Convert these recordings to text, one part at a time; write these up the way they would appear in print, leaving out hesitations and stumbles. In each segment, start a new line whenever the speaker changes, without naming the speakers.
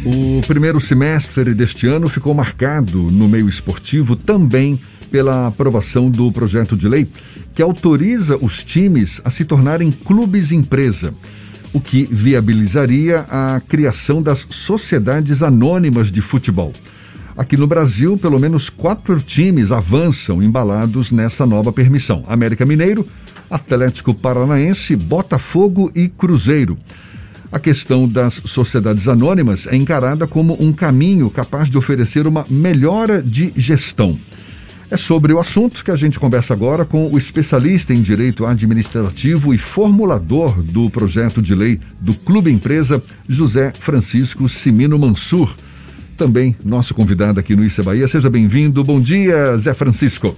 O primeiro semestre deste ano ficou marcado no meio esportivo também pela aprovação do projeto de lei que autoriza os times a se tornarem clubes-empresa, o que viabilizaria a criação das sociedades anônimas de futebol. Aqui no Brasil, pelo menos 4 times avançam embalados nessa nova permissão: América Mineiro, Atlético Paranaense, Botafogo e Cruzeiro. A questão das sociedades anônimas é encarada como um caminho capaz de oferecer uma melhora de gestão. É sobre o assunto que a gente conversa agora com o especialista em direito administrativo e formulador do projeto de lei do Clube Empresa, José Francisco Cimino Mansur, também nosso convidado aqui no Issa Bahia. Seja bem-vindo. Bom dia, Zé Francisco.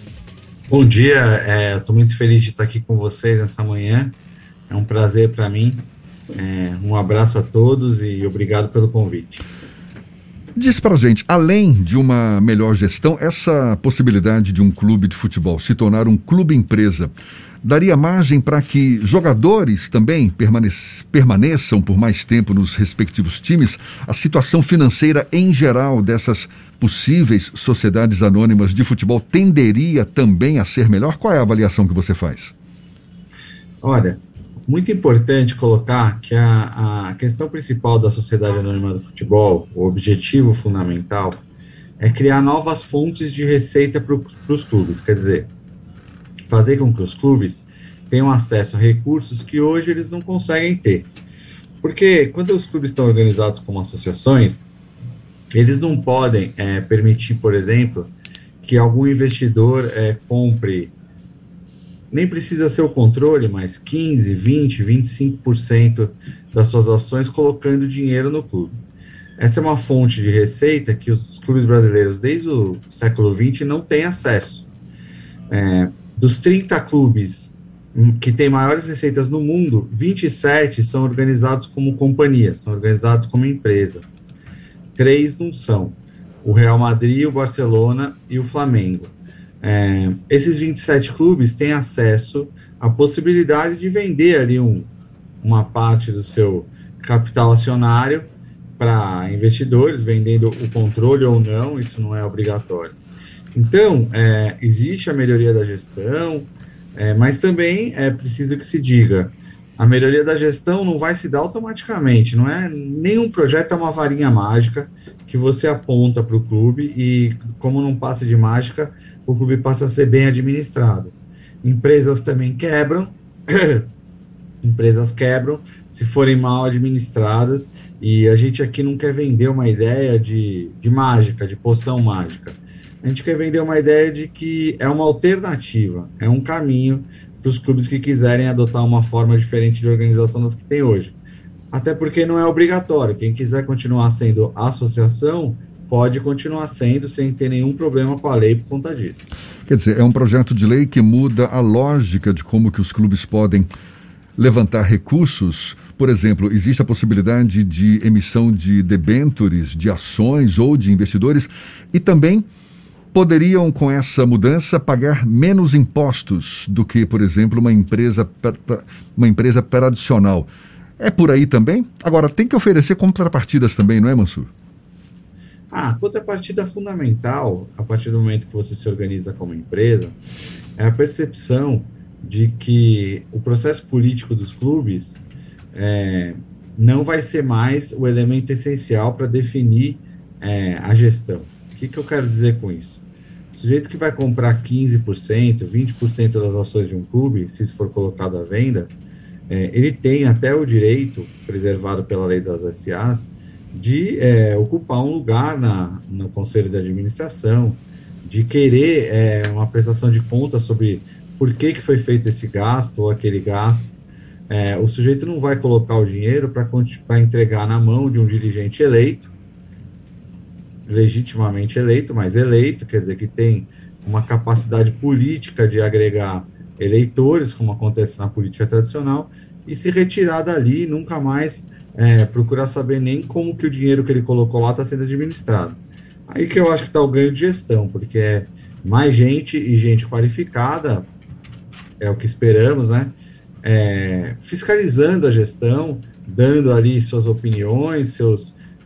Bom dia, estou muito feliz de estar aqui com vocês nessa manhã. É um prazer para mim. Um abraço a todos e obrigado pelo convite.
Diz pra gente, além de uma melhor gestão, essa possibilidade de um clube de futebol se tornar um clube empresa daria margem para que jogadores também permaneçam por mais tempo nos respectivos times? A situação financeira em geral dessas possíveis sociedades anônimas de futebol tenderia também a ser melhor? Qual é a avaliação que você faz?
Olha, muito importante colocar que a questão principal da Sociedade Anônima do Futebol, o objetivo fundamental, é criar novas fontes de receita para os clubes. Quer dizer, fazer com que os clubes tenham acesso a recursos que hoje eles não conseguem ter. Porque quando os clubes estão organizados como associações, eles não podem permitir, por exemplo, que algum investidor compre, nem precisa ser o controle, mas 15%, 20%, 25% das suas ações colocando dinheiro no clube. Essa é uma fonte de receita que os clubes brasileiros, desde o século XX, não têm acesso. Dos 30 clubes que têm maiores receitas no mundo, 27 são organizados como companhia, são organizados como empresa. 3 não são: o Real Madrid, o Barcelona e o Flamengo. Esses 27 clubes têm acesso à possibilidade de vender ali uma parte do seu capital acionário para investidores, vendendo o controle ou não, isso não é obrigatório. Então, existe a melhoria da gestão, mas também é preciso que se diga, a melhoria da gestão não vai se dar automaticamente, não é? Nenhum projeto é uma varinha mágica que você aponta para o clube e, como não passa de mágica, o clube passa a ser bem administrado. Empresas também quebram, se forem mal administradas, e a gente aqui não quer vender uma ideia de mágica, de poção mágica. A gente quer vender uma ideia de que é uma alternativa, é um caminho para os clubes que quiserem adotar uma forma diferente de organização das que tem hoje. Até porque não é obrigatório. Quem quiser continuar sendo associação, pode continuar sendo sem ter nenhum problema com a lei por conta disso.
Quer dizer, é um projeto de lei que muda a lógica de como que os clubes podem levantar recursos. Por exemplo, existe a possibilidade de emissão de debêntures, de ações ou de investidores, e também poderiam, com essa mudança, pagar menos impostos do que, por exemplo, uma empresa tradicional. É por aí também? Agora, tem que oferecer contrapartidas também, não é, Mansur?
A contrapartida fundamental, a partir do momento que você se organiza como empresa, é a percepção de que o processo político dos clubes não vai ser mais o elemento essencial para definir a gestão. O que eu quero dizer com isso? O sujeito que vai comprar 15%, 20% das ações de um clube, se isso for colocado à venda, ele tem até o direito, preservado pela lei das SAs, de ocupar um lugar no conselho de administração, de querer uma prestação de contas sobre por que foi feito esse gasto ou aquele gasto. O sujeito não vai colocar o dinheiro para entregar na mão de um dirigente eleito, legitimamente eleito, mas eleito, quer dizer que tem uma capacidade política de agregar eleitores, como acontece na política tradicional, e se retirar dali e nunca mais procurar saber nem como que o dinheiro que ele colocou lá está sendo administrado. Aí que eu acho que está o ganho de gestão, porque é mais gente e gente qualificada, é o que esperamos, né? Fiscalizando a gestão, dando ali suas opiniões,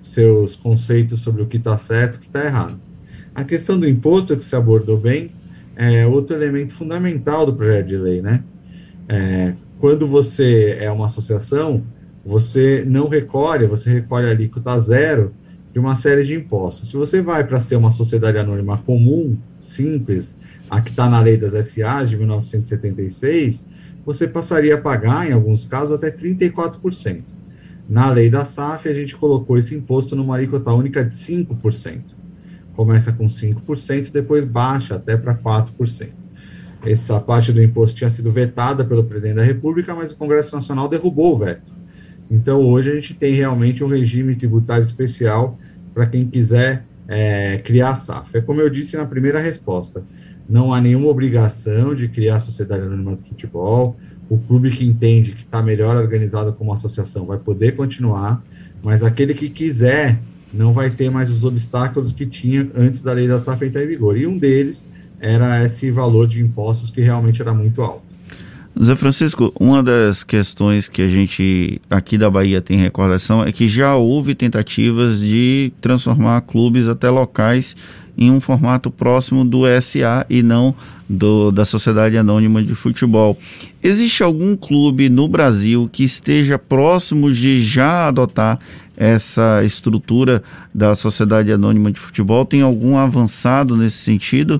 seus conceitos sobre o que está certo e o que está errado. A questão do imposto, que você abordou bem, é outro elemento fundamental do projeto de lei, né? Quando você é uma associação, você não recolhe, você recolhe a alíquota zero de uma série de impostos. Se você vai para ser uma sociedade anônima comum, simples, a que está na lei das SAs de 1976, você passaria a pagar, em alguns casos, até 34%. Na lei da SAF, a gente colocou esse imposto numa alíquota única de 5%. Começa com 5%, depois baixa até para 4%. Essa parte do imposto tinha sido vetada pelo presidente da República, mas o Congresso Nacional derrubou o veto. Então, hoje a gente tem realmente um regime tributário especial para quem quiser criar a SAF. É como eu disse na primeira resposta, não há nenhuma obrigação de criar a Sociedade Anônima do Futebol. O clube que entende que está melhor organizado como associação vai poder continuar, mas aquele que quiser não vai ter mais os obstáculos que tinha antes da lei da SAF entrar em vigor. E um deles era esse valor de impostos que realmente era muito alto.
Zé Francisco, uma das questões que a gente aqui da Bahia tem recordação é que já houve tentativas de transformar clubes até locais em um formato próximo do SA e não da Sociedade Anônima de Futebol. Existe algum clube no Brasil que esteja próximo de já adotar essa estrutura da Sociedade Anônima de Futebol? Tem algum avançado nesse sentido?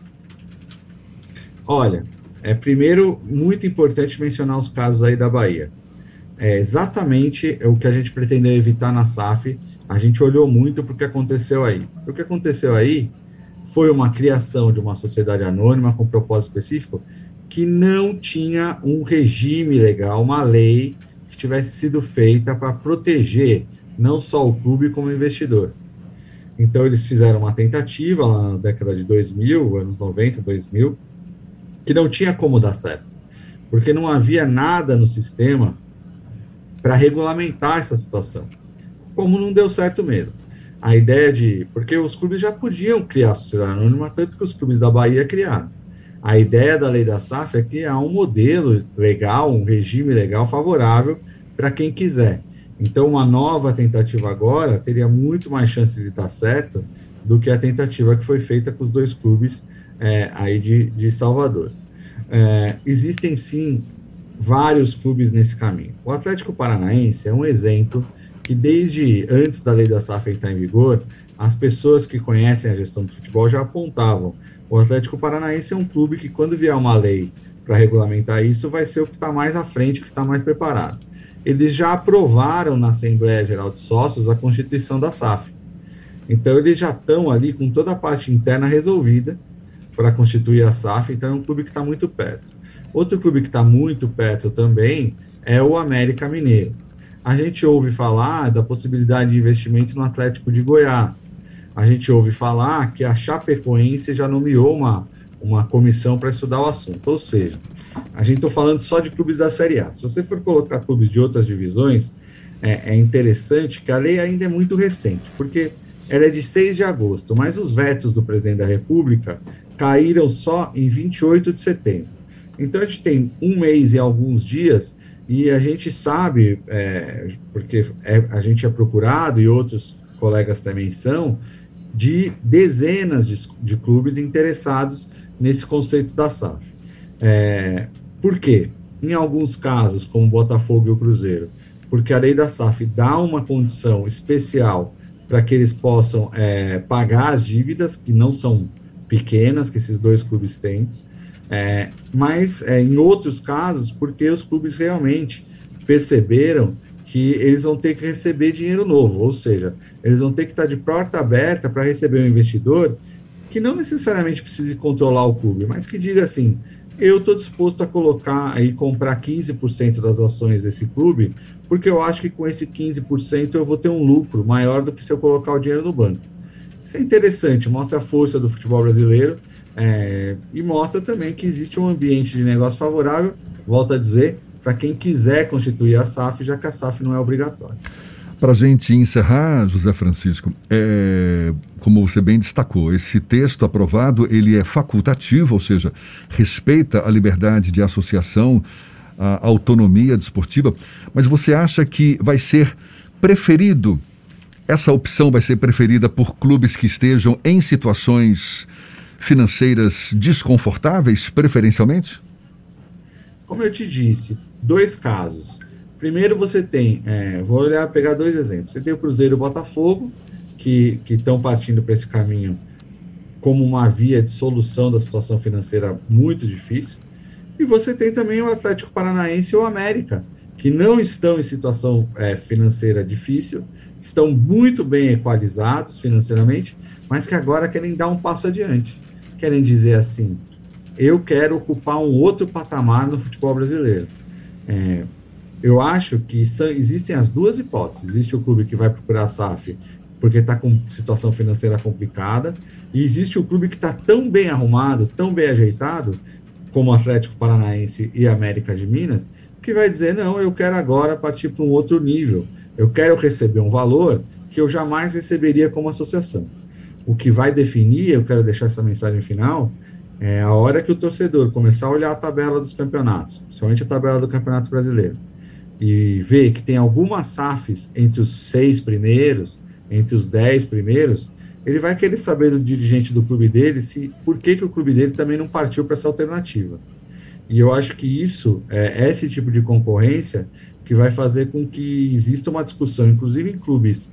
Olha, primeiro, muito importante mencionar os casos aí da Bahia. É exatamente o que a gente pretendeu evitar na SAF. A gente olhou muito para o que aconteceu aí. O que aconteceu aí foi uma criação de uma sociedade anônima com propósito específico que não tinha um regime legal, uma lei que tivesse sido feita para proteger não só o clube como o investidor. Então, eles fizeram uma tentativa lá na década de 2000, anos 90, 2000, que não tinha como dar certo, porque não havia nada no sistema para regulamentar essa situação, como não deu certo mesmo. A ideia porque os clubes já podiam criar a sociedade anônima, tanto que os clubes da Bahia criaram. A ideia da lei da SAF é criar um modelo legal, um regime legal favorável para quem quiser. Então, uma nova tentativa agora teria muito mais chance de dar certo do que a tentativa que foi feita com os dois clubes aí de Salvador. Existem, sim, vários clubes nesse caminho. O Atlético Paranaense é um exemplo que, desde antes da lei da SAF entrar em vigor, as pessoas que conhecem a gestão do futebol já apontavam. O Atlético Paranaense é um clube que, quando vier uma lei para regulamentar isso, vai ser o que está mais à frente, o que está mais preparado. Eles já aprovaram na Assembleia Geral de Sócios a constituição da SAF. Então, eles já estão ali com toda a parte interna resolvida para constituir a SAF, então é um clube que está muito perto. Outro clube que está muito perto também é o América Mineiro. A gente ouve falar da possibilidade de investimento no Atlético de Goiás. A gente ouve falar que a Chapecoense já nomeou uma comissão para estudar o assunto. Ou seja, a gente está falando só de clubes da Série A. Se você for colocar clubes de outras divisões, é interessante que a lei ainda é muito recente, porque ela é de 6 de agosto, mas os vetos do presidente da República caíram só em 28 de setembro. Então, a gente tem um mês e alguns dias, e a gente sabe, porque a gente é procurado, e outros colegas também são, de dezenas de clubes interessados nesse conceito da SAF. Por quê? Em alguns casos, como o Botafogo e o Cruzeiro, porque a lei da SAF dá uma condição especial para que eles possam pagar as dívidas, que não são pequenas, que esses dois clubes têm, mas em outros casos, porque os clubes realmente perceberam que eles vão ter que receber dinheiro novo, ou seja, eles vão ter que estar de porta aberta para receber um investidor que não necessariamente precise controlar o clube, mas que diga assim, eu estou disposto a colocar e comprar 15% das ações desse clube, porque eu acho que com esse 15% eu vou ter um lucro maior do que se eu colocar o dinheiro no banco. Isso é interessante, mostra a força do futebol brasileiro e mostra também que existe um ambiente de negócio favorável, volto a dizer, para quem quiser constituir a SAF, já que a SAF não é obrigatória.
Para a gente encerrar, José Francisco, como você bem destacou, esse texto aprovado, ele é facultativo, ou seja, respeita a liberdade de associação, a autonomia desportiva, mas você acha que vai ser preferido essa opção vai ser preferida por clubes que estejam em situações financeiras desconfortáveis, preferencialmente?
Como eu te disse, 2 casos. Primeiro você tem, vou pegar 2 exemplos. Você tem o Cruzeiro e o Botafogo, que estão partindo para esse caminho como uma via de solução da situação financeira muito difícil. E você tem também o Atlético Paranaense e o América, que não estão em situação financeira difícil, estão muito bem equalizados financeiramente, mas que agora querem dar um passo adiante. Querem dizer assim, eu quero ocupar um outro patamar no futebol brasileiro. Eu acho que existem as 2 hipóteses. Existe o clube que vai procurar a SAF porque está com situação financeira complicada, e existe o clube que está tão bem arrumado, tão bem ajeitado, como o Atlético Paranaense e América de Minas, que vai dizer, não, eu quero agora partir para um outro nível. Eu quero receber um valor que eu jamais receberia como associação. O que vai definir, eu quero deixar essa mensagem final, é a hora que o torcedor começar a olhar a tabela dos campeonatos, principalmente a tabela do Campeonato Brasileiro, e ver que tem algumas SAFs entre os 6 primeiros, entre os 10 primeiros, ele vai querer saber do dirigente do clube dele por que o clube dele também não partiu para essa alternativa. E eu acho que isso, esse tipo de concorrência, que vai fazer com que exista uma discussão, inclusive em clubes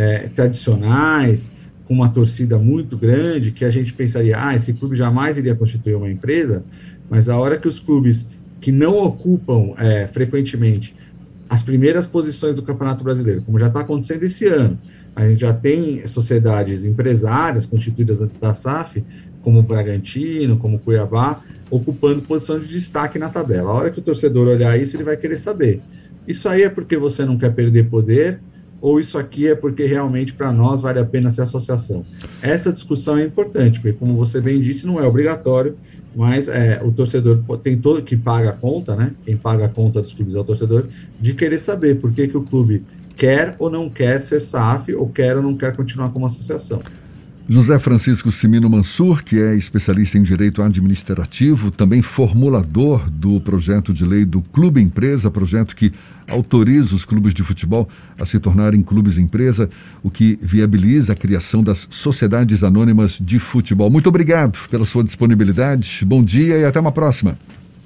tradicionais, com uma torcida muito grande, que a gente pensaria, esse clube jamais iria constituir uma empresa, mas a hora que os clubes que não ocupam frequentemente as primeiras posições do Campeonato Brasileiro, como já está acontecendo esse ano, a gente já tem sociedades empresárias constituídas antes da SAF, como o Bragantino, como o Cuiabá, ocupando posição de destaque na tabela. A hora que o torcedor olhar isso, ele vai querer saber. Isso aí é porque você não quer perder poder, ou isso aqui é porque realmente para nós vale a pena ser associação? Essa discussão é importante, porque como você bem disse, não é obrigatório, mas o torcedor tem todo que paga a conta, né? Quem paga a conta dos clubes é o torcedor, de querer saber por que o clube quer ou não quer ser SAF, ou quer ou não quer continuar como associação.
José Francisco Cimino Mansur, que é especialista em direito administrativo, também formulador do projeto de lei do Clube Empresa, projeto que autoriza os clubes de futebol a se tornarem clubes empresa, o que viabiliza a criação das sociedades anônimas de futebol. Muito obrigado pela sua disponibilidade, bom dia e até uma próxima.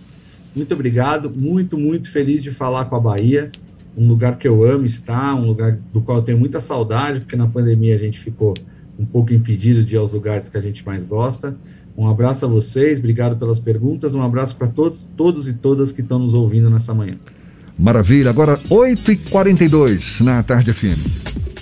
Muito obrigado, muito feliz de falar com a Bahia, um lugar que eu amo estar, um lugar do qual eu tenho muita saudade, porque na pandemia a gente ficou um pouco impedido de ir aos lugares que a gente mais gosta. Um abraço a vocês, obrigado pelas perguntas, um abraço para todos e todas que estão nos ouvindo nessa manhã.
Maravilha, agora 8h42 na Tarde FM.